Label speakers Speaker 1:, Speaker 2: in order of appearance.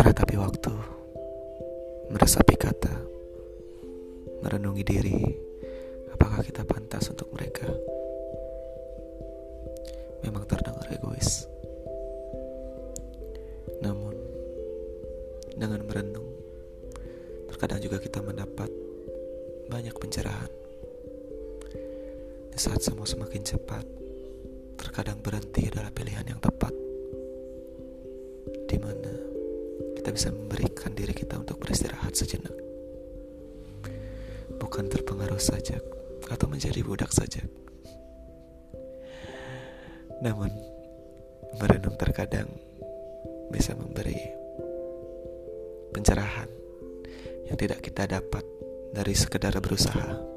Speaker 1: Meratapi waktu, meresapi kata, merenungi diri, apakah kita pantas untuk mereka? Memang terdengar egois. Namun, dengan merenung, terkadang juga kita mendapat banyak pencerahan. Di saat semua semakin cepat, terkadang berhenti adalah pilihan yang tepat, di mana kita bisa memberikan diri kita untuk beristirahat sejenak, bukan terpengaruh sajak atau menjadi budak sajak. Namun, merenung terkadang bisa memberi pencerahan yang tidak kita dapat dari sekedar berusaha.